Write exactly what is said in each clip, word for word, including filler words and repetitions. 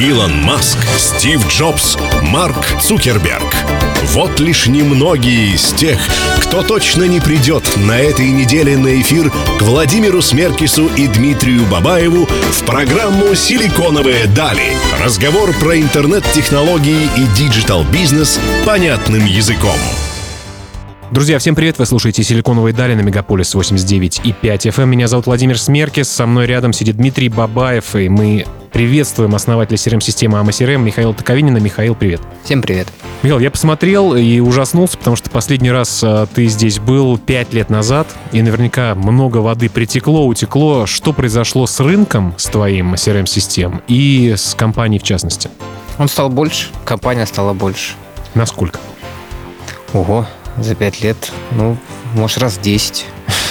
Илон Маск, Стив Джобс, Марк Цукерберг. Вот лишь немногие из тех, кто точно не придет на этой неделе на эфир к Владимиру Смеркису и Дмитрию Бабаеву в программу «Силиконовые дали». Разговор про интернет-технологии и диджитал-бизнес понятным языком. Друзья, всем привет! Вы слушаете «Силиконовые дали» на Мегаполис восемьдесят девять и пять эф эм. Меня зовут Владимир Смеркис, со мной рядом сидит Дмитрий Бабаев, и мы приветствуем основателя си эр эм-системы эй эм эс эр эм Михаила Токовинина. Михаил, привет! Всем привет! Михаил, я посмотрел и ужаснулся, потому что последний раз ты здесь был пять лет назад, и наверняка много воды притекло, утекло. Что произошло с рынком, с твоим си эр эм-систем и с компанией в частности? Он стал больше, компания стала больше. Насколько? Ого! За пять лет, ну, может, раз десять.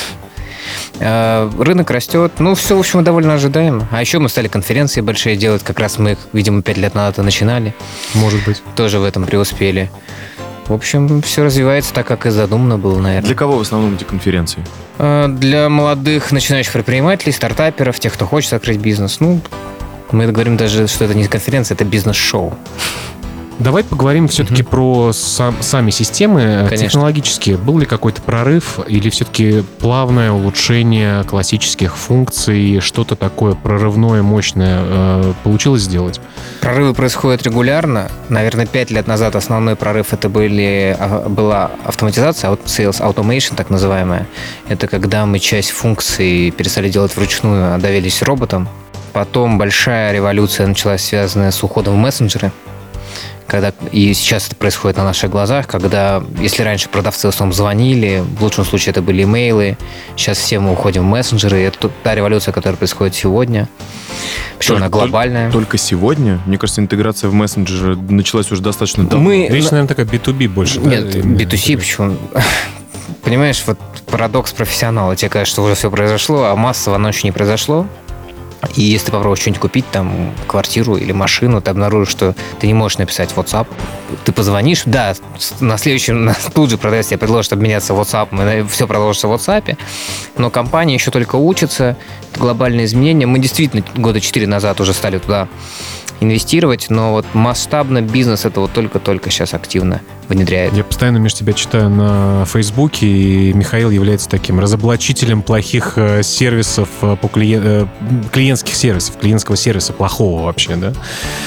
Рынок растет. Ну, все, в общем, довольно ожидаемо. А еще мы стали конференции большие делать. Как раз мы их, видимо, пять лет назад и начинали. Может быть. Тоже в этом преуспели. В общем, все развивается так, как и задумано было, наверное. Для кого в основном эти конференции? Для молодых начинающих предпринимателей, стартаперов, тех, кто хочет открыть бизнес. Ну, мы говорим даже, что это не конференция, это бизнес-шоу. Давай поговорим все-таки mm-hmm. про сам, сами системы. Конечно. Технологически. Был ли какой-то прорыв или все-таки плавное улучшение классических функций, что-то такое прорывное, мощное э, получилось сделать? Прорывы происходят регулярно. Наверное, пять лет назад основной прорыв это были, была автоматизация, sales automation, так называемая. Это когда мы часть функций перестали делать вручную, а доверились роботам. Потом большая революция началась, связанная с уходом в мессенджеры. Когда, и сейчас это происходит на наших глазах, когда, если раньше продавцы в основном звонили, в лучшем случае это были имейлы, сейчас все мы уходим в мессенджеры, и это та революция, которая происходит сегодня, причем она глобальная. Только, только сегодня? Мне кажется, интеграция в мессенджеры началась уже достаточно давно. Мы... Речь, наверное, такая би ту би больше. Нет, да? би ту си, почему? Понимаешь, вот парадокс профессионала. Тебе кажется, что уже все произошло, а массово оно еще не произошло. И если ты попробуешь что-нибудь купить, там, квартиру или машину, ты обнаружишь, что ты не можешь написать в WhatsApp. Ты позвонишь, да, на следующем, тут же продавец тебе предложит обменяться WhatsApp, и все продолжится в WhatsApp, но компания еще только учится, это глобальные изменения. Мы действительно года четыре назад уже стали туда инвестировать, но вот масштабно бизнес это вот только-только сейчас активно внедряет. Я постоянно между тебя читаю на Фейсбуке, и Михаил является таким разоблачителем плохих сервисов, по клиент, клиентских сервисов, клиентского сервиса плохого вообще, да?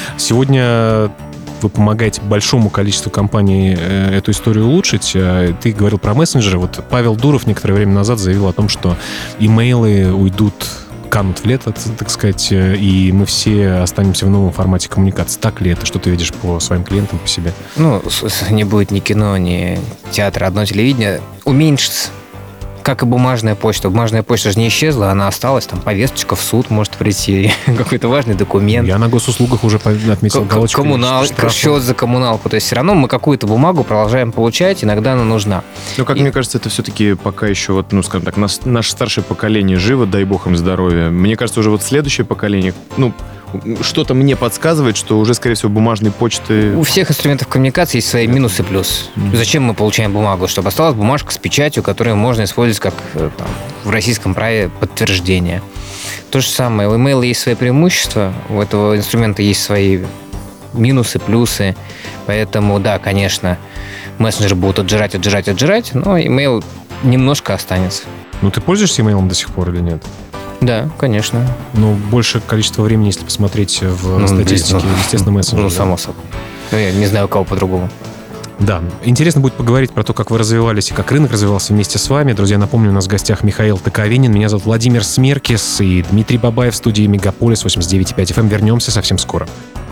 Сегодня вы помогаете большому количеству компаний эту историю улучшить. Ты говорил про мессенджеры. Вот Павел Дуров некоторое время назад заявил о том, что имейлы уйдут, канут в лето, так сказать, и мы все останемся в новом формате коммуникации. Так ли это? Что ты видишь по своим клиентам, по себе? Ну, не будет ни кино, ни театра, одно телевидение. Уменьшится. Как и бумажная почта. Бумажная почта же не исчезла, она осталась. Там повесточка в суд может прийти, какой-то важный документ. Я на госуслугах уже отметил галочку. Коммуналка, счет за коммуналку. То есть все равно мы какую-то бумагу продолжаем получать, иногда она нужна. Ну, как И... мне кажется, это все-таки пока еще, вот, ну, скажем так, наш, наше старшее поколение живо, дай бог им здоровья. Мне кажется, уже вот следующее поколение, ну, что-то мне подсказывает, что уже, скорее всего, бумажные почты... У всех инструментов коммуникации есть свои минусы и плюсы. Mm-hmm. Зачем мы получаем бумагу? Чтобы осталась бумажка с печатью, которую можно использовать как там, в российском праве подтверждение. То же самое. У имейла есть свои преимущества, у этого инструмента есть свои минусы, плюсы. Поэтому, да, конечно, мессенджеры будут отжирать, отжирать, отжирать, но имейл немножко останется. Ну, ты пользуешься имейлом до сих пор или нет? Да, конечно. Ну, большее количество времени, если посмотреть в ну, статистике, ну, естественно, мессенджеры. Ну, само собой. Ну, я не знаю, у кого по-другому. Да. Интересно будет поговорить про то, как вы развивались и как рынок развивался вместе с вами. Друзья, напомню, у нас в гостях Михаил Токовинин. Меня зовут Владимир Смеркис и Дмитрий Бабаев в студии Мегаполис восемьдесят девять и пять эф эм. Вернемся совсем скоро.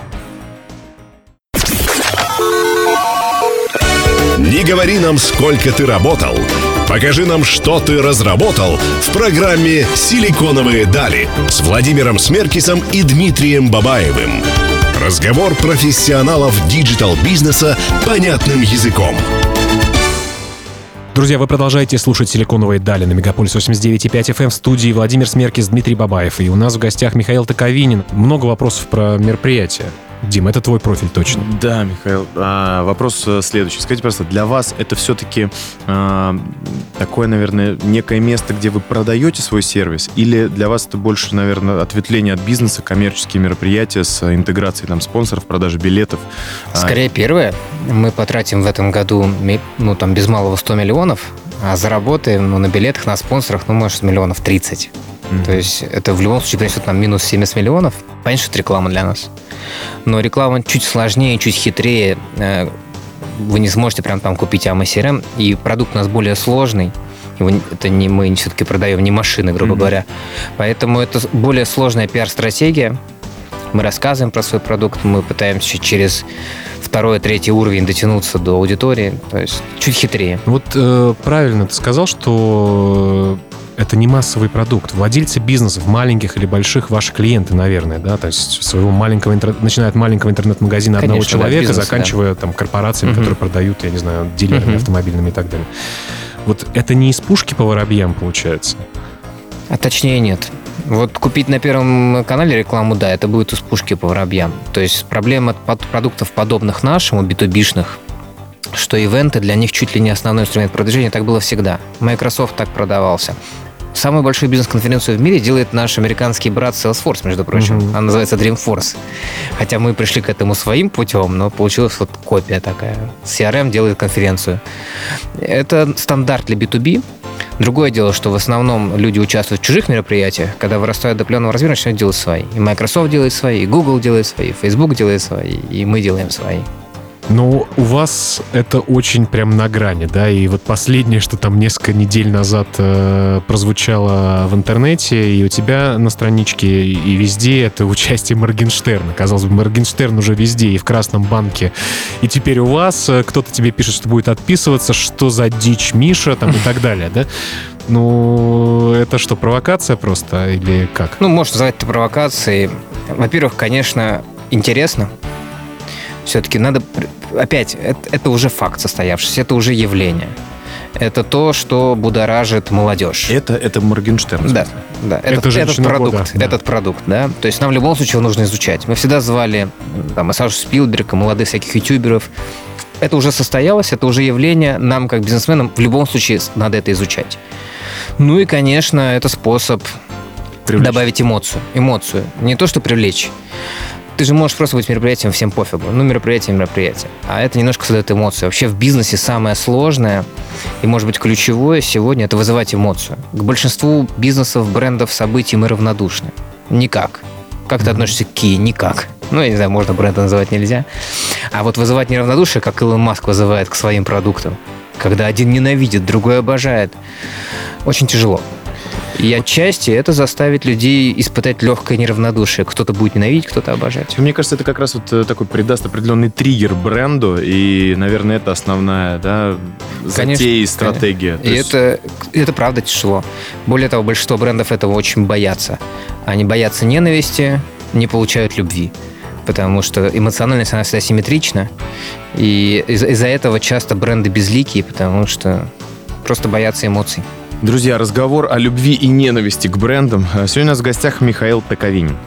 Не говори нам, сколько ты работал. Покажи нам, что ты разработал в программе «Силиконовые дали» с Владимиром Смеркисом и Дмитрием Бабаевым. Разговор профессионалов диджитал-бизнеса понятным языком. Друзья, вы продолжаете слушать «Силиконовые дали» на Мегаполис восемьдесят девять и пять эф эм. В студии Владимир Смеркис, Дмитрий Бабаев. И у нас в гостях Михаил Токовинин. Много вопросов про мероприятие. Дим, это твой профиль точно. Да, Михаил. А, вопрос следующий. Скажите, просто для вас это все-таки а, такое, наверное, некое место, где вы продаете свой сервис, или для вас это больше, наверное, ответвление от бизнеса, коммерческие мероприятия с интеграцией там спонсоров, продажи билетов? Скорее первое. Мы потратим в этом году, ну, там, без малого сто миллионов, а заработаем, ну, на билетах, на спонсорах, ну, может, миллионов тридцать. Mm-hmm. То есть это в любом случае принесет нам минус семьдесят миллионов. Понятно, что это реклама для нас. Но реклама чуть сложнее, чуть хитрее. Вы не сможете прям там купить эй эм си ар эм. И продукт у нас более сложный. Его, это не, мы все-таки продаем не машины, грубо mm-hmm. говоря. Поэтому это более сложная пиар-стратегия. Мы рассказываем про свой продукт. Мы пытаемся через второй, третий уровень дотянуться до аудитории. То есть чуть хитрее. Вот э, правильно ты сказал, что это не массовый продукт. Владельцы бизнесов, маленьких или больших, ваши клиенты, наверное, да, то есть своего маленького интернет, начиная от маленького интернет-магазина Конечно, одного человека, бизнес, заканчивая да. там корпорациями, угу. которые продают, я не знаю, дилерами угу. автомобильными и так далее. Вот это не из пушки по воробьям получается? А точнее нет. Вот купить на Первом канале рекламу, да, это будет из пушки по воробьям. То есть проблема продуктов, подобных нашему, би ту би-шных, что ивенты для них чуть ли не основной инструмент продвижения. Так было всегда. Microsoft так продавался. Самую большую бизнес-конференцию в мире делает наш американский брат Salesforce, между прочим. Mm-hmm. Она называется Dreamforce. Хотя мы пришли к этому своим путем, но получилась вот копия такая. си ар эм делает конференцию. Это стандарт для би ту би. Другое дело, что в основном люди участвуют в чужих мероприятиях, когда вырастают до определенного размера, начинают делать свои. И Microsoft делает свои, и Google делает свои, и Facebook делает свои, и мы делаем свои. Но у вас это очень прям на грани, да, и вот последнее, что там несколько недель назад э, прозвучало в интернете, и у тебя на страничке, и везде, это участие Моргенштерна. Казалось бы, Моргенштерн уже везде, и в Красном банке, и теперь у вас кто-то тебе пишет, что будет отписываться, что за дичь, Миша, там, и так далее, да? Ну, это что, провокация просто, или как? Ну, можно назвать это провокацией. Во-первых, конечно, интересно. Все-таки надо... Опять, это, это уже факт состоявшийся, это уже явление. Это то, что будоражит молодежь. Это, это Моргенштерн. Да, да. Это этот, этот продукт, года, да. этот продукт, да. То есть нам в любом случае его нужно изучать. Мы всегда звали там, Сашу Спилберга, молодых всяких ютуберов. Это уже состоялось, это уже явление. Нам, как бизнесменам, в любом случае надо это изучать. Ну и, конечно, это способ привлечь. Добавить эмоцию. Эмоцию. Не то, что привлечь. Ты же можешь просто быть мероприятием, всем пофигу. Ну, мероприятие, мероприятие. А это немножко создает эмоцию. Вообще в бизнесе самое сложное и, может быть, ключевое сегодня – это вызывать эмоцию. К большинству бизнесов, брендов, событий мы равнодушны. Никак. Как ты относишься к Kia? Никак. Ну, я не знаю, можно бренда называть нельзя. А вот вызывать неравнодушие, как Илон Маск вызывает к своим продуктам, когда один ненавидит, другой обожает, очень тяжело. И отчасти это заставит людей испытать легкое неравнодушие. Кто-то будет ненавидеть, кто-то обожать. Мне кажется, это как раз вот такой придаст определенный триггер бренду, и, наверное, это основная, да, затея и стратегия. И есть... это, это правда тяжело. Более того, большинство брендов этого очень боятся. Они боятся ненависти, не получают любви. Потому что эмоциональность, она всегда симметрична. И из- из-за этого часто бренды безликие, потому что просто боятся эмоций. Друзья, разговор о любви и ненависти к брендам. Сегодня у нас в гостях Михаил Токовинин.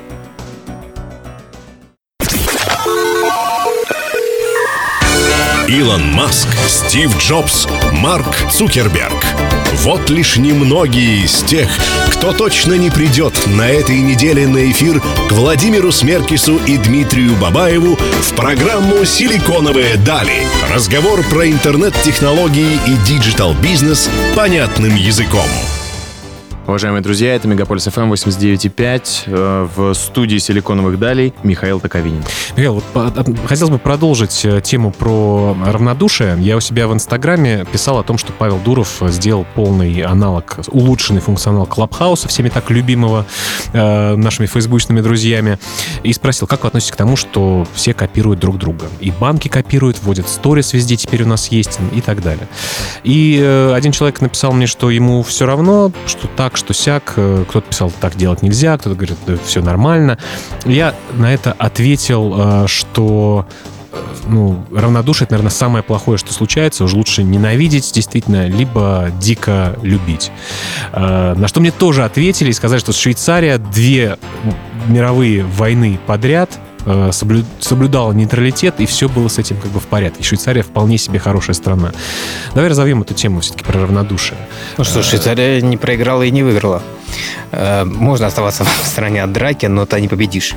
Илон Маск, Стив Джобс, Марк Цукерберг. Вот лишь немногие из тех, кто точно не придет на этой неделе на эфир к Владимиру Смеркису и Дмитрию Бабаеву в программу «Силиконовые дали». Разговор про интернет-технологии и диджитал-бизнес понятным языком. Уважаемые друзья, это Мегаполис эф эм восемьдесят девять и пять. В студии «Силиконовых далей» Михаил Токовинин. Михаил, вот по- хотелось бы продолжить тему про равнодушие. Я у себя в Инстаграме писал о том, что Павел Дуров сделал полный аналог, улучшенный функционал Клабхауса, всеми так любимого э, нашими фейсбучными друзьями, и спросил, как вы относитесь к тому, что все копируют друг друга. И банки копируют, вводят сторис везде теперь у нас есть и так далее. И э, один человек написал мне, что ему все равно, что так, что сяк. Кто-то писал, так делать нельзя, кто-то говорит, да, все нормально. Я на это ответил, что ну, равнодушие — это, наверное, самое плохое, что случается. Уж лучше ненавидеть, действительно, либо дико любить. На что мне тоже ответили и сказали, что Швейцария две мировые войны подряд э, соблю, соблюдала нейтралитет, и все было с этим как бы в порядке. Швейцария вполне себе хорошая страна. Давай разовьем эту тему все-таки про равнодушие. Ну что, Швейцария не проиграла и не выиграла. Можно оставаться в стороне от драки, но ты не победишь.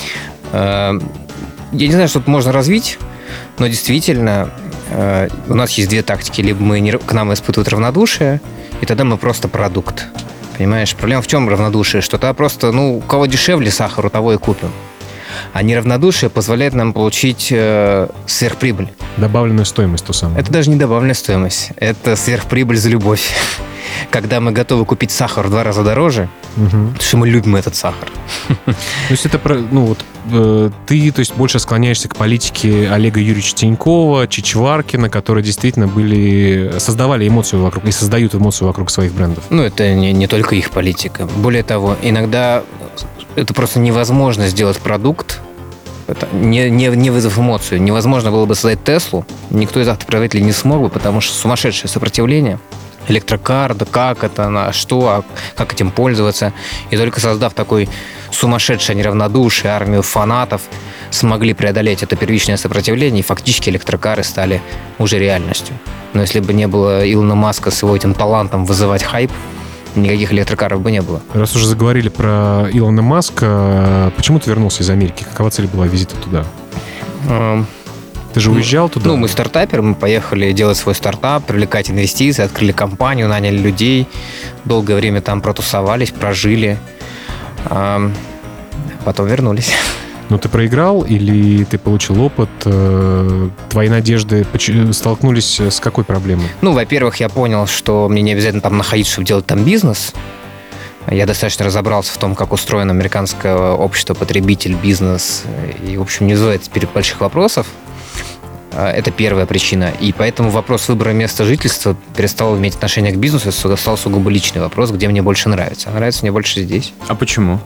Я не знаю, что тут можно развить, но действительно у нас есть две тактики. Либо мы не, к нам испытывают равнодушие, и тогда мы просто продукт. Понимаешь? Проблема в чем равнодушие? Что тогда просто, ну, у кого дешевле сахар, у того и купим. А неравнодушие позволяет нам получить э, сверхприбыль. Добавленную стоимость ту самую. Это даже не добавленная стоимость. Это сверхприбыль за любовь. Когда мы готовы купить сахар в два раза дороже, угу. потому что мы любим этот сахар. То есть это, ну вот, э, ты, то есть больше склоняешься к политике Олега Юрьевича Тинькова, Чичваркина, которые действительно были, создавали эмоцию вокруг, и создают эмоцию вокруг своих брендов. Ну, это не, не только их политика. Более того, иногда это просто невозможно сделать продукт, это не, не, не вызвав эмоцию. Невозможно было бы создать Теслу, никто из автопроизводителей не смог бы, потому что сумасшедшее сопротивление. Электрокар, да как это, на что, а как этим пользоваться. И только создав такой сумасшедшее неравнодушие, армию фанатов, смогли преодолеть это первичное сопротивление, и фактически электрокары стали уже реальностью. Но если бы не было Илона Маска с его этим талантом вызывать хайп, никаких электрокаров бы не было. Раз уже заговорили про Илона Маска, почему ты вернулся из Америки? Какова цель была визита туда? Um... Ты же уезжал туда? Ну, мы стартаперы, мы поехали делать свой стартап, привлекать инвестиции, открыли компанию, наняли людей, долгое время там протусовались, прожили, а потом вернулись. Ну, ты проиграл или ты получил опыт? Твои надежды столкнулись с какой проблемой? Ну, во-первых, я понял, что мне не обязательно там находиться, чтобы делать там бизнес. Я достаточно разобрался в том, как устроено американское общество, потребитель, бизнес. И, в общем, не вызывает теперь больших вопросов. Это первая причина. И поэтому вопрос выбора места жительства перестал иметь отношение к бизнесу, стал сугубо личный вопрос, где мне больше нравится. Нравится мне больше здесь. А почему?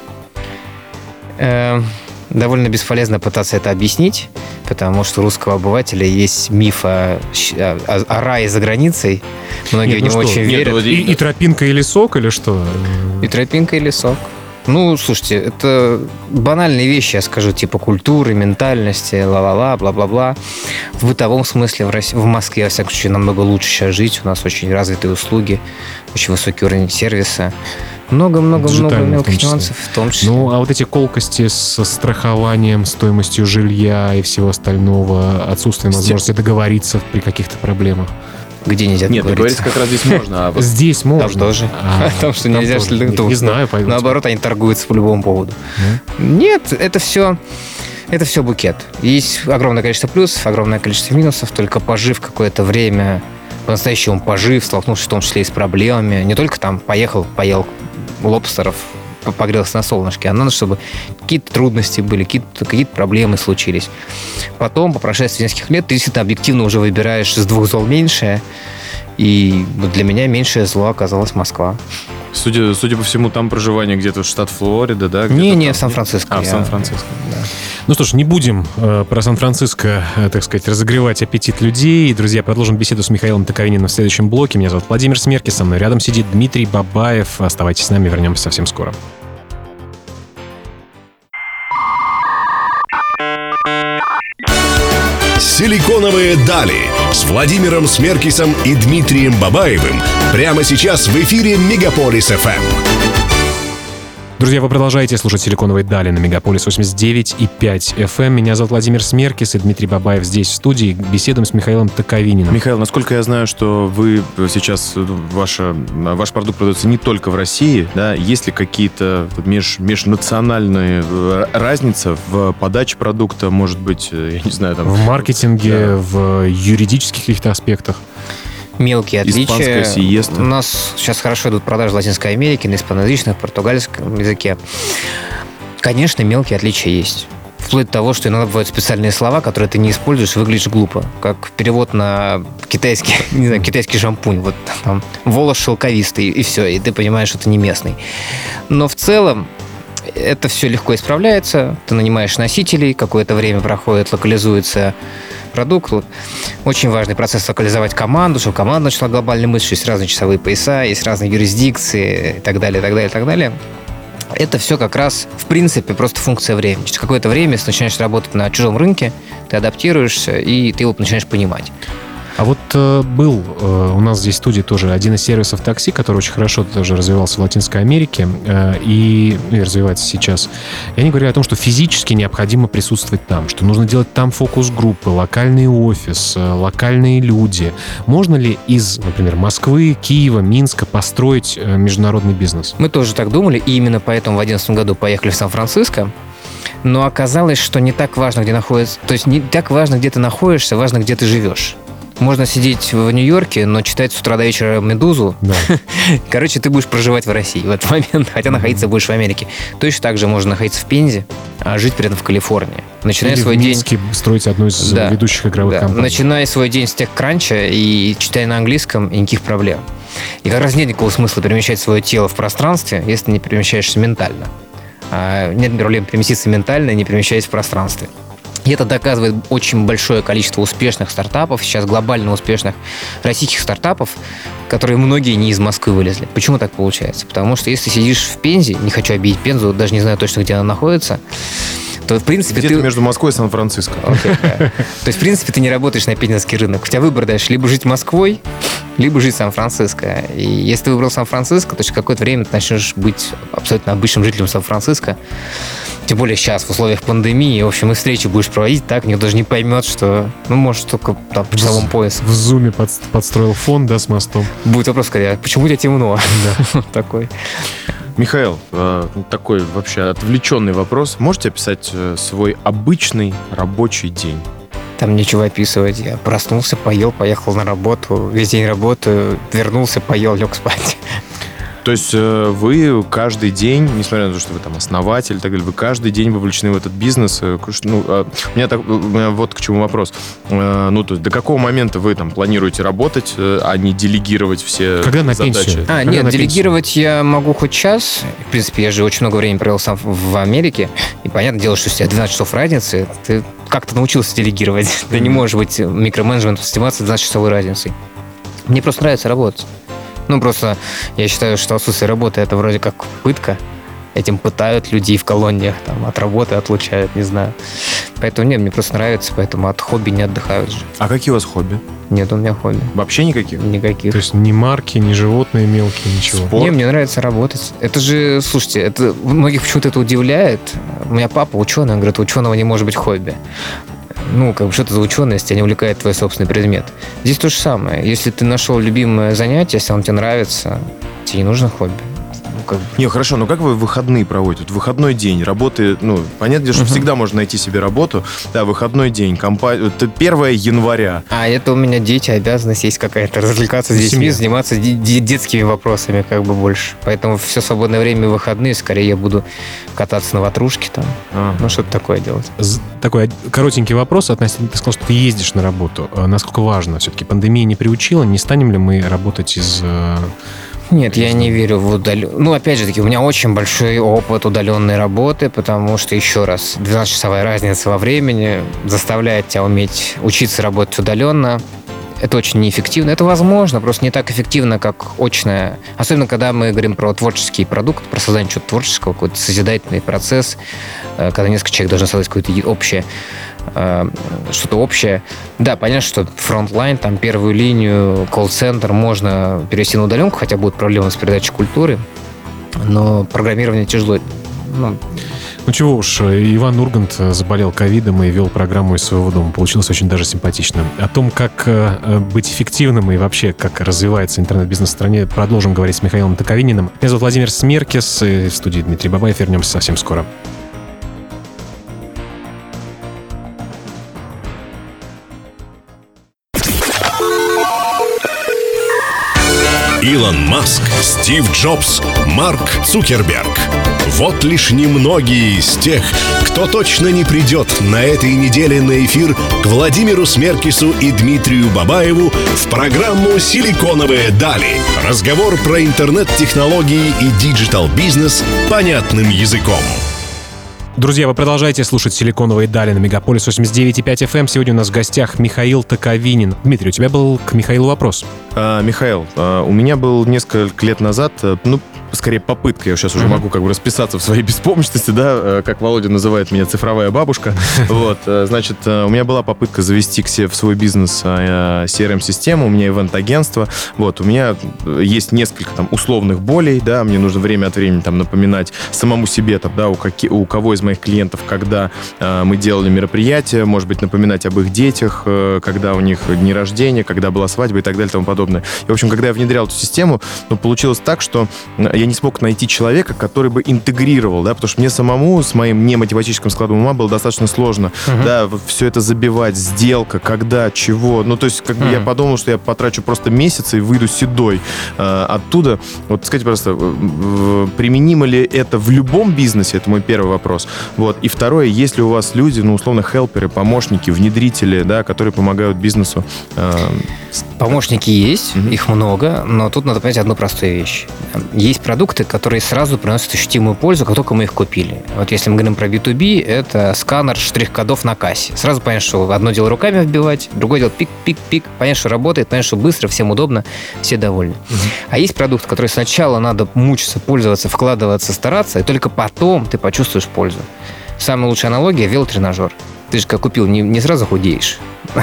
Э, довольно бесполезно пытаться это объяснить, потому что у русского обывателя есть миф о, о, о рае за границей. Многие Нет, в него ну очень Нет, верят. И, и тропинка, и лесок, или что? И тропинка, и лесок. Ну, слушайте, это банальные вещи, я скажу, типа культуры, ментальности, ла-ла-ла, бла-бла-бла. В бытовом смысле в, России, в Москве, во всяком случае, намного лучше сейчас жить. У нас очень развитые услуги, очень высокий уровень сервиса. Много-много-много мелких нюансов в том числе. Ну, а вот эти колкости со страхованием, стоимостью жилья и всего остального, отсутствие возможности договориться при каких-то проблемах. Где нельзя Нет, договориться как раз здесь можно. А вот... Здесь можно. Там тоже. А, Потому что нельзя... Тоже. Не, не знаю, пойду. Наоборот, они торгуются по любому поводу. Mm. Нет, это все... Это все букет. Есть огромное количество плюсов, огромное количество минусов. Только пожив какое-то время, по-настоящему пожив, столкнувшись в том числе и с проблемами, не только там поехал, поел лобстеров, погрелся на солнышке, а надо, чтобы какие-то трудности были, какие-то, какие-то проблемы случились. Потом, по прошествии нескольких лет, ты действительно объективно уже выбираешь из двух зол меньшее, и для меня меньшее зло оказалось Москва. Судя, судя по всему, там проживание где-то штат Флорида, да? Не, не, в Сан-Франциско. А, в Сан-Франциско. Да. Ну что ж, не будем э, про Сан-Франциско, э, так сказать, разогревать аппетит людей. Друзья, продолжим беседу с Михаилом Токовининым в следующем блоке. Меня зовут Владимир Смеркис, со мной рядом сидит Дмитрий Бабаев. Оставайтесь с нами, вернемся совсем скоро. «Силиконовые дали» с Владимиром Смеркисом и Дмитрием Бабаевым прямо сейчас в эфире Мегаполис эф эм. Друзья, вы продолжаете слушать «Силиконовые дали» на Мегаполис восемьдесят девять и пять эф эм. Меня зовут Владимир Смеркис и Дмитрий Бабаев здесь в студии. Беседуем с Михаилом Токовининым. Михаил, насколько я знаю, что вы сейчас, ваша, ваш продукт продается не только в России, да? Есть ли какие-то меж, межнациональные разницы в подаче продукта, может быть, я не знаю, там... В маркетинге, да. в юридических каких-то аспектах? Мелкие отличия. Испанская сиеста. У нас сейчас хорошо идут продажи в Латинской Америке, на испаноязычном, португальском языке. Конечно, мелкие отличия есть. Вплоть до того, что иногда бывают специальные слова, которые ты не используешь, выглядишь глупо. Как перевод на китайский, не знаю, китайский шампунь. Вот там волос шелковистый, и все, и ты понимаешь, что это не местный. Но в целом это все легко исправляется. Ты нанимаешь носителей, какое-то время проходит, локализуется продукт. Очень важный процесс локализовать команду, чтобы команда начала глобально мыслить. Есть разные часовые пояса, есть разные юрисдикции и так далее, и так далее, и так далее. Это все как раз, в принципе, просто функция времени. Через какое-то время, если начинаешь работать на чужом рынке, ты адаптируешься, и ты его начинаешь понимать. А вот э, был э, у нас здесь в студии тоже один из сервисов такси, который очень хорошо тоже развивался в Латинской Америке э, и, и развивается сейчас. И они говорили о том, что физически необходимо присутствовать там, что нужно делать там фокус-группы, локальный офис, э, локальные люди. Можно ли из, например, Москвы, Киева, Минска построить э, международный бизнес? Мы тоже так думали, и именно поэтому в две тысячи одиннадцатом году поехали в Сан-Франциско. Но оказалось, что не так важно, где находится... То есть не так важно, где ты находишься, важно, где ты живешь. Можно сидеть в Нью-Йорке, но читать с утра до вечера «Медузу». Да. Короче, ты будешь проживать в России в этот момент, хотя находиться будешь в Америке. Точно так же можно находиться в Пензе, а жить при этом в Калифорнии. Начиная Или свой в день... Минске строить одну из Да. ведущих игровых Да. компаний. Начиная свой день с TechCrunch и читая на английском, и никаких проблем. И как раз нет никакого смысла перемещать свое тело в пространстве, если ты не перемещаешься ментально. А нет проблем переместиться ментально, не перемещаясь в пространстве. И это доказывает очень большое количество успешных стартапов, сейчас глобально успешных российских стартапов, которые многие не из Москвы вылезли. Почему так получается? Потому что если сидишь в Пензе, не хочу обидеть Пензу, даже не знаю точно, где она находится, то, в принципе, Где-то ты... между Москвой и Сан-Франциско. Окей, да. То есть, в принципе, ты не работаешь на пензенский рынок. У тебя выбор дальше либо жить Москвой, либо жить в Сан-Франциско. И если ты выбрал Сан-Франциско, то через какое-то время ты начнешь быть абсолютно обычным жителем Сан-Франциско. Тем более сейчас, в условиях пандемии. В общем, и встречи будешь проводить так, никто даже не поймет, что, ну, может, только там по часовому поясу. В зуме под, подстроил фон, да, с мостом. Будет вопрос, скорее, а почему у тебя темно? Да. Такой. Михаил, э, такой вообще отвлеченный вопрос. Можете описать э, свой обычный рабочий день? Там нечего описывать. Я проснулся, поел, поехал на работу. Весь день работаю, вернулся, поел, лег спать. То есть э, вы каждый день, несмотря на то, что вы там основатель и так далее, вы каждый день вовлечены в этот бизнес. э, к- Ну, э, у, меня так, у меня вот к чему вопрос. Э, Ну, то есть до какого момента вы там планируете работать, э, а не делегировать все Когда на задачи? пенсию? А, Когда нет, на делегировать я могу хоть час. В принципе, я же очень много времени провел сам в Америке. И понятное дело, что у тебя двенадцать часов разницы. Ты как-то научился делегировать. Ты не можешь быть микроменеджментом заниматься двенадцатичасовой разницей. Мне просто нравится работать. Ну, просто я считаю, что отсутствие работы — это вроде как пытка. Этим пытают людей в колониях, там, от работы отлучают, не знаю. Поэтому нет, мне просто нравится, поэтому от хобби не отдыхают же. А какие у вас хобби? Нет у меня хобби. Вообще никаких? Никаких. То есть ни марки, ни животные мелкие, ничего. Спорт? Не, мне нравится работать. Это же, слушайте, это многих почему-то это удивляет. У меня папа ученый, он говорит, у ученого не может быть хобби. Ну, как бы, что это за ученый, если тебя не увлекает твой собственный предмет. Здесь то же самое. Если ты нашел любимое занятие, если оно тебе нравится, тебе не нужно хобби. Ну, как бы. Не, хорошо, но как вы выходные проводите? Вот выходной день, работы, ну, понятно, что всегда можно найти себе работу. Да, выходной день, компания, это первое января. А это у меня дети, обязанность есть какая-то, развлекаться с детьми, Семья. заниматься де- де- детскими вопросами как бы больше. Поэтому все свободное время и выходные, скорее я буду кататься на ватрушке там, А. ну что-то такое делать. З- Такой од- коротенький вопрос относительно, ты сказал, что ты ездишь на работу. А насколько важно? Все-таки пандемия не приучила, не станем ли мы работать из... э, Нет, я не верю в удаленную. Ну, опять же таки, у меня очень большой опыт удаленной работы, потому что, еще раз, двенадцатичасовая разница во времени заставляет тебя уметь учиться работать удаленно. Это очень неэффективно. Это возможно, просто не так эффективно, как очное. Особенно, когда мы говорим про творческий продукт, про создание чего-то творческого, какой-то созидательный процесс, э, когда несколько человек должны создать какое-то е- общее, э, что-то общее. Да, понятно, что фронтлайн, там первую линию, колл-центр можно перевести на удаленку, хотя будут проблемы с передачей культуры, но программирование тяжело. Ну, Ну чего уж, Иван Ургант заболел ковидом и вел программу из своего дома. Получилось очень даже симпатично. О том, как э, быть эффективным и вообще, как развивается интернет-бизнес в стране, продолжим говорить с Михаилом Токовининым. Меня зовут Владимир Смеркис, и в студии Дмитрий Бабаев. Вернемся совсем скоро. Илон Маск, Стив Джобс, Марк Цукерберг. Вот лишь немногие из тех, кто точно не придет на этой неделе на эфир к Владимиру Смеркису и Дмитрию Бабаеву в программу «Силиконовые дали». Разговор про интернет-технологии и диджитал-бизнес понятным языком. Друзья, вы продолжаете слушать «Силиконовые дали» на Мегаполис восемьдесят девять и пять эф эм. Сегодня у нас в гостях Михаил Токовинин. Дмитрий, у тебя был к Михаилу вопрос. А, Михаил, а, у меня был несколько лет назад, а, ну, скорее попытка, я сейчас уже Мгм. могу как бы расписаться в своей беспомощности, да, э, как Володя называет меня, цифровая бабушка. Вот, э, значит, э, у меня была попытка завести к себе в свой бизнес э, си ар эм-систему, у меня ивент-агентство, вот, у меня есть несколько там условных болей, да, мне нужно время от времени там напоминать самому себе, там, да, у, каки, у кого из моих клиентов, когда э, мы делали мероприятие, может быть, напоминать об их детях, э, когда у них дни рождения, когда была свадьба и так далее и тому подобное. И, в общем, когда я внедрял эту систему, ну, получилось так, что я не смог найти человека, который бы интегрировал, да, потому что мне самому с моим немотиватическим складом ума было достаточно сложно, Мгм. да, вот все это забивать, сделка, когда, чего, ну, то есть, как бы я Мгм. подумал, что я потрачу просто месяц и выйду седой э, оттуда. Вот, скажите, просто, э, применимо ли это в любом бизнесе? Это мой первый вопрос. Вот. И второе, есть ли у вас люди, ну, условно, хелперы, помощники, внедрители, да, которые помогают бизнесу? э, Помощники есть, Мгм. их много, но тут надо понять одну простую вещь. Есть продукты, которые сразу приносят ощутимую пользу, как только мы их купили. Вот если мы говорим про би ту би, это сканер штрих-кодов на кассе. Сразу понятно, что одно дело руками вбивать, другое дело пик-пик-пик. Понятно, что работает, понятно, что быстро, всем удобно, все довольны. А есть продукты, которые сначала надо мучиться, пользоваться, вкладываться, стараться, и только потом ты почувствуешь пользу. Самая лучшая аналогия – велотренажер. Ты же как купил, не, не сразу худеешь.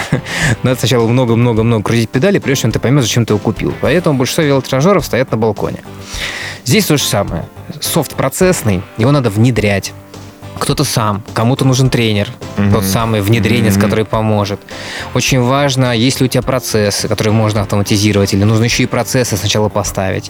Надо сначала много-много-много крутить педали, прежде чем ты поймешь, зачем ты его купил. Поэтому большинство велотренажеров стоят на балконе. Здесь то же самое. Софт процессный, его надо внедрять. Кто-то сам, кому-то нужен тренер, Мгм. тот самый внедренец, Мгм. который поможет. Очень важно, есть ли у тебя процессы, которые можно автоматизировать, или нужно еще и процессы сначала поставить.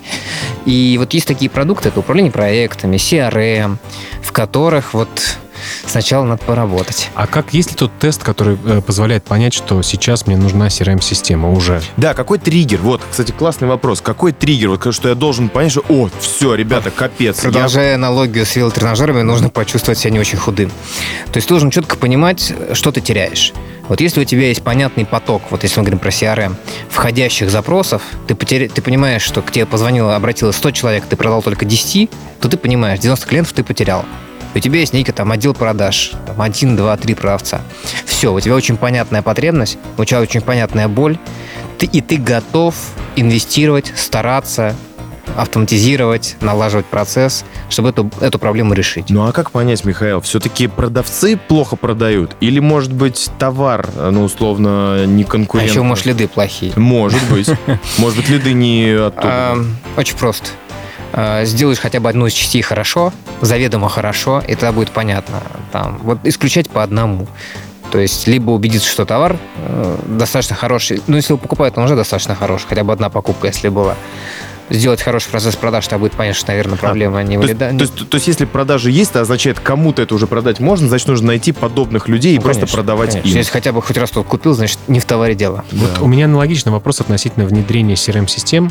И вот есть такие продукты, это управление проектами, си ар эм, в которых вот сначала надо поработать. А как, есть ли тот тест, который э, позволяет понять, что сейчас мне нужна си ар эм-система уже? Да, какой триггер? Вот, кстати, классный вопрос. Какой триггер? Вот что я должен понять, что, о, все, ребята, капец. я- Продолжая аналогию с велотренажерами, нужно почувствовать себя не очень худым. То есть ты должен четко понимать, что ты теряешь. Вот если у тебя есть понятный поток, вот если мы говорим про си ар эм, входящих запросов, ты, потеря... ты понимаешь, что к тебе позвонило, обратилось сто человек, ты продал только десять, то ты понимаешь, девяносто клиентов ты потерял. У тебя есть некий там отдел продаж, там один, два, три продавца. Все, у тебя очень понятная потребность, у тебя очень понятная боль, ты, и ты готов инвестировать, стараться, автоматизировать, налаживать процесс, чтобы эту, эту проблему решить. Ну а как понять, Михаил, все-таки продавцы плохо продают? Или, может быть, товар, ну, условно, не А конкурент? еще, может, лиды плохие. Может быть. Может быть, лиды не оттуда. А, очень просто. А, Сделаешь хотя бы одну из частей хорошо, заведомо хорошо, и тогда будет понятно. Там, вот исключать по одному. То есть, либо убедиться, что товар э, достаточно хороший. Ну, если его покупают, он уже достаточно хороший. Хотя бы одна покупка, если была. Сделать хороший процесс продаж, тогда будет понятно, что, наверное, проблема не То есть, выледа- то, есть, то есть, если продажи есть, это означает, кому-то это уже продать можно, значит, нужно найти подобных людей и Ну, просто конечно, продавать конечно. им. Если хотя бы хоть раз кто-то купил, значит, не в товаре дело. Вот у меня аналогичный вопрос относительно внедрения си ар эм-систем.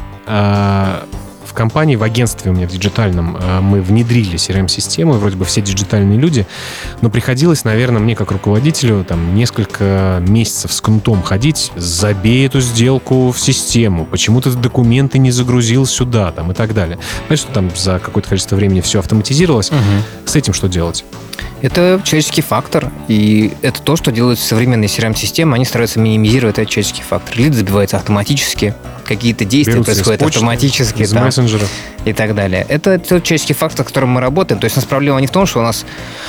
А, В компании, в агентстве у меня в диджитальном, а, мы внедрили си ар эм-систему, вроде бы все диджитальные люди, но приходилось, наверное, мне как руководителю там несколько месяцев с кнутом ходить, забей эту сделку в систему, почему ты документы не загрузил сюда, там, и так далее. Знаешь, что там за какое-то количество времени все автоматизировалось. С этим что делать? Это человеческий фактор, и это то, что делают современные си ар эм-системы. Они стараются минимизировать этот человеческий фактор. Лид забивается автоматически, какие-то действия Берутся из происходят почты, автоматически из да, мессенджеров. и так далее. Это тот человеческий фактор, с которым мы работаем. То есть у нас проблема не в том, что у нас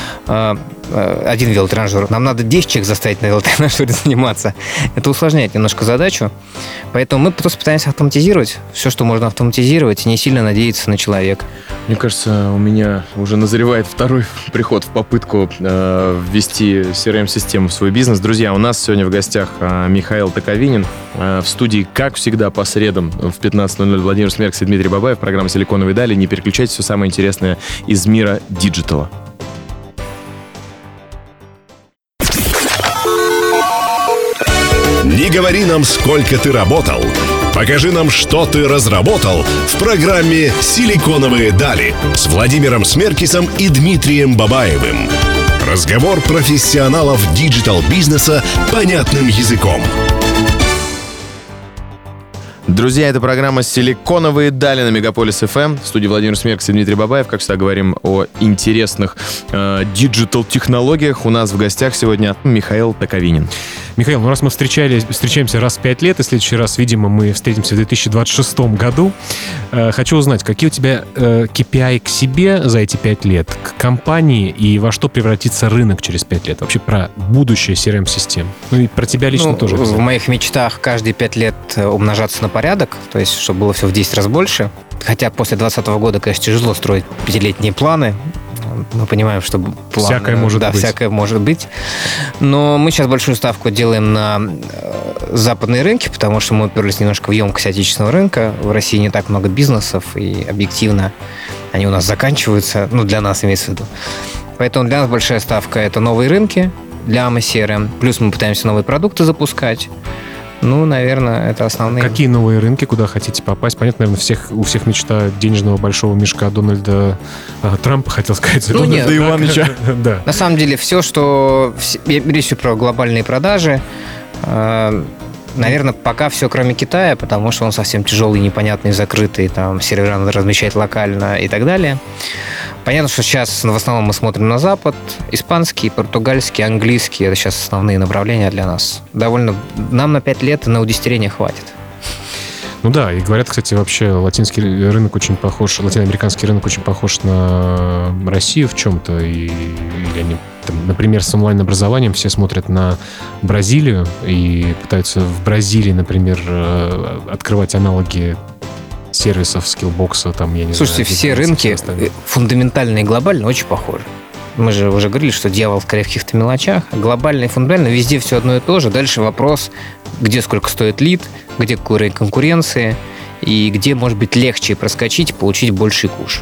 э, э, один велотренажер. Нам надо десять человек заставить на велотренажере заниматься. Это усложняет немножко задачу. Поэтому мы просто пытаемся автоматизировать все, что можно автоматизировать, и не сильно надеяться на человека. Мне кажется, у меня уже назревает второй приход в попытку э, ввести си ар эм-систему в свой бизнес. Друзья, у нас сегодня в гостях э, Михаил Токовинин. Э, в студии, как всегда, по средам в пятнадцать ноль ноль Владимир Смеркс и Дмитрий Бабаев. Программа «Силиконовые дали». Не переключайтесь, все самое интересное из мира диджитала. Не говори нам, сколько ты работал. Покажи нам, что ты разработал в программе «Силиконовые дали» с Владимиром Смеркисом и Дмитрием Бабаевым. Разговор профессионалов диджитал-бизнеса понятным языком. Друзья, это программа «Силиконовые дали» на Мегаполис эф эм. В студии Владимир Смеркс и Дмитрий Бабаев. Как всегда, говорим о интересных э, диджитал-технологиях. У нас в гостях сегодня Михаил Токовинин. Михаил, ну раз мы встречались, встречаемся раз в пять лет, и в следующий раз, видимо, мы встретимся в две тысячи двадцать шестом году, э, хочу узнать, какие у тебя э, кей пи ай к себе за эти пять лет, к компании, и во что превратится рынок через пять лет? Вообще про будущее си ар эм-систем. Ну и про тебя лично ну, тоже. В моих мечтах каждые пять лет умножаться на порядок, то есть чтобы было все в десять раз больше. Хотя после двадцатого года, конечно, тяжело строить пятилетние планы. Мы понимаем, что план, всякое может да, быть. всякое может быть. Но мы сейчас большую ставку делаем на западные рынки, потому что мы уперлись немножко в емкость отечественного рынка. В России не так много бизнесов, и объективно они у нас заканчиваются. Ну, для нас имеется в виду. Поэтому для нас большая ставка – это новые рынки для эй эм и си ар эм. Плюс мы пытаемся новые продукты запускать. Ну, наверное, это основные. Какие новые рынки, куда хотите попасть? Понятно, наверное, всех, у всех мечта денежного большого мешка Дональда а, Трампа, хотел сказать. Ну, Дональда нет, Ивановича. Да. На самом деле, все, что... Я речь про глобальные продажи. Наверное, пока все, кроме Китая, потому что он совсем тяжелый, непонятный, закрытый, там сервера надо размещать локально и так далее. Понятно, что сейчас в основном мы смотрим на Запад. Испанский, португальский, английский – это сейчас основные направления для нас. Довольно... Нам на пять лет на удесятерение хватит. Ну да, и говорят, кстати, вообще латинский рынок очень похож, латиноамериканский рынок очень похож на Россию в чем-то. И, или они, там, например, с онлайн-образованием все смотрят на Бразилию и пытаются в Бразилии, например, открывать аналоги сервисов, скиллбокса, там, я не Слушайте, знаю. все рынки фундаментально и глобально очень похожи. Мы же уже говорили, что дьявол скорее в каких-то мелочах. Глобально и фундаментально везде все одно и то же. Дальше вопрос, где сколько стоит лид, где какой уровень конкуренции и где, может быть, легче проскочить, получить больший куш.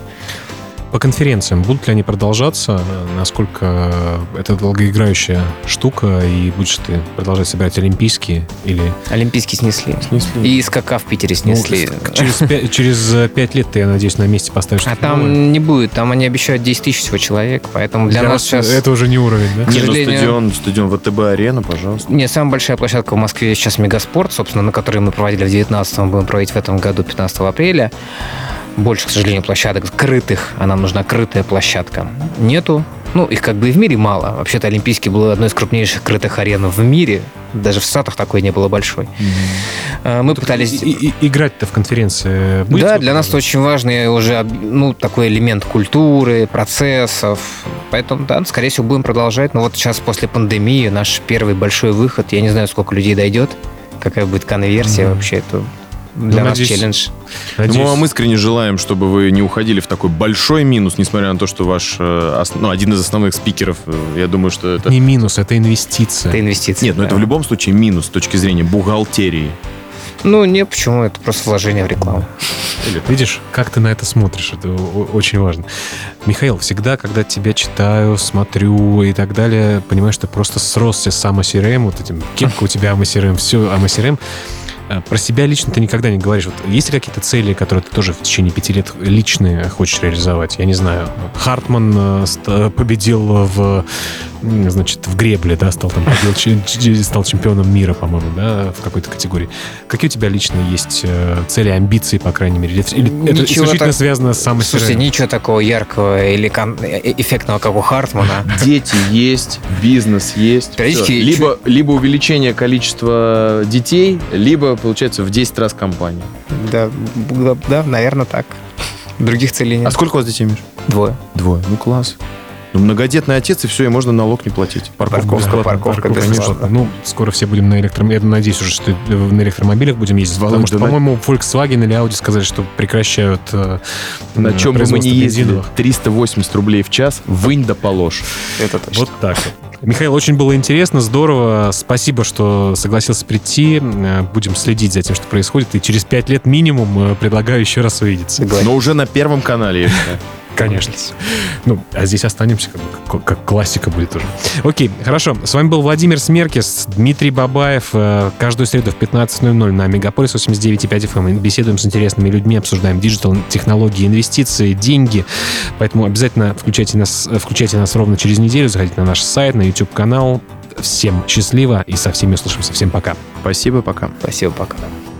По конференциям будут ли они продолжаться? Насколько это долгоиграющая штука? И будешь ты продолжать собирать олимпийские? Или... Олимпийские снесли. снесли. И СКК в Питере снесли. Ну, через, пять, через пять лет ты, я надеюсь, на месте поставишь. А там новое. Не будет. Там они обещают десять тысяч всего человек. Поэтому для, для нас сейчас... Это уже не уровень, да? Не, ну стадион, стадион ВТБ-арена, пожалуйста. Не, самая большая площадка в Москве сейчас Мегаспорт, собственно, на которой мы проводили в девятнадцатом, будем проводить в этом году, пятнадцатого апреля. Больше, к сожалению, площадок скрытых, а нам нужна крытая площадка. Нету. Ну, их как бы и в мире мало. Вообще-то Олимпийский был одной из крупнейших крытых арен в мире. Даже в Штатах такой не было большой. Mm-hmm. Мы ну, пытались... И, и, играть-то в конференции будете? Да, для нас это очень важный уже ну, такой элемент культуры, процессов. Поэтому, да, скорее всего, будем продолжать. Но вот сейчас после пандемии наш первый большой выход. Я не знаю, сколько людей дойдет. Какая будет конверсия mm-hmm. вообще. Это... Для ну, нас надеюсь, челлендж. Надеюсь. Мы вам искренне желаем, чтобы вы не уходили в такой большой минус, несмотря на то, что ваш ну, один из основных спикеров, я думаю, что это... Не минус, это инвестиция. Это инвестиция. Нет, да. но это в любом случае минус с точки зрения бухгалтерии. Ну, нет, почему? Это просто вложение в рекламу. Видишь, как ты на это смотришь, это очень важно. Михаил, всегда, когда тебя читаю, смотрю и так далее, понимаешь, что ты просто сросся с эй эм и си ар эм, вот этим, кепка у тебя эй эм и си ар эм, все эй эм и си ар эм. Про себя лично ты никогда не говоришь. Вот есть ли какие-то цели, которые ты тоже в течение пяти лет личные хочешь реализовать? Я не знаю. Хартман победил в, значит, в гребле, да, стал там победил, стал чемпионом мира, по-моему, да, в какой-то категории. Какие у тебя личные есть цели, амбиции, по крайней мере? Или это исключительно так... связано с эй эм и си ар эм? Слушайте, ничего такого яркого или кон... эффектного, как у Хартмана. Дети есть, бизнес есть. Либо, либо увеличение количества детей, либо получается в десять раз компания. Да, да, наверное, так. Других целей нет. А сколько у вас детей, Миш? Двое. Двое. Ну, класс. Ну, многодетный отец, и все, и можно налог не платить. Парковка, парковка, парковка, парковка конечно. Ну, скоро все будем на электромобилях. Я надеюсь уже, что на электромобилях будем ездить. Володь, потому что, да, по-моему, Volkswagen или Audi сказали, что прекращают э, на чем бы мы не ездили. триста восемьдесят рублей в час, вынь да положь. Это точно. Вот так вот. Михаил, очень было интересно, здорово. Спасибо, что согласился прийти. Будем следить за тем, что происходит. И через пять лет минимум предлагаю еще раз увидеться. Но уже на Первом канале. Конечно. Ну, а здесь останемся, как, как классика будет уже. Окей, хорошо. С вами был Владимир Смеркис, Дмитрий Бабаев. Каждую среду в пятнадцать ноль ноль на Мегаполис восемьдесят девять и пять эф эм. Беседуем с интересными людьми, обсуждаем диджитал, технологии, инвестиции, деньги. Поэтому обязательно включайте нас, включайте нас ровно через неделю. Заходите на наш сайт, на YouTube-канал. Всем счастливо и со всеми услышимся. Всем пока. Спасибо, пока. Спасибо, пока.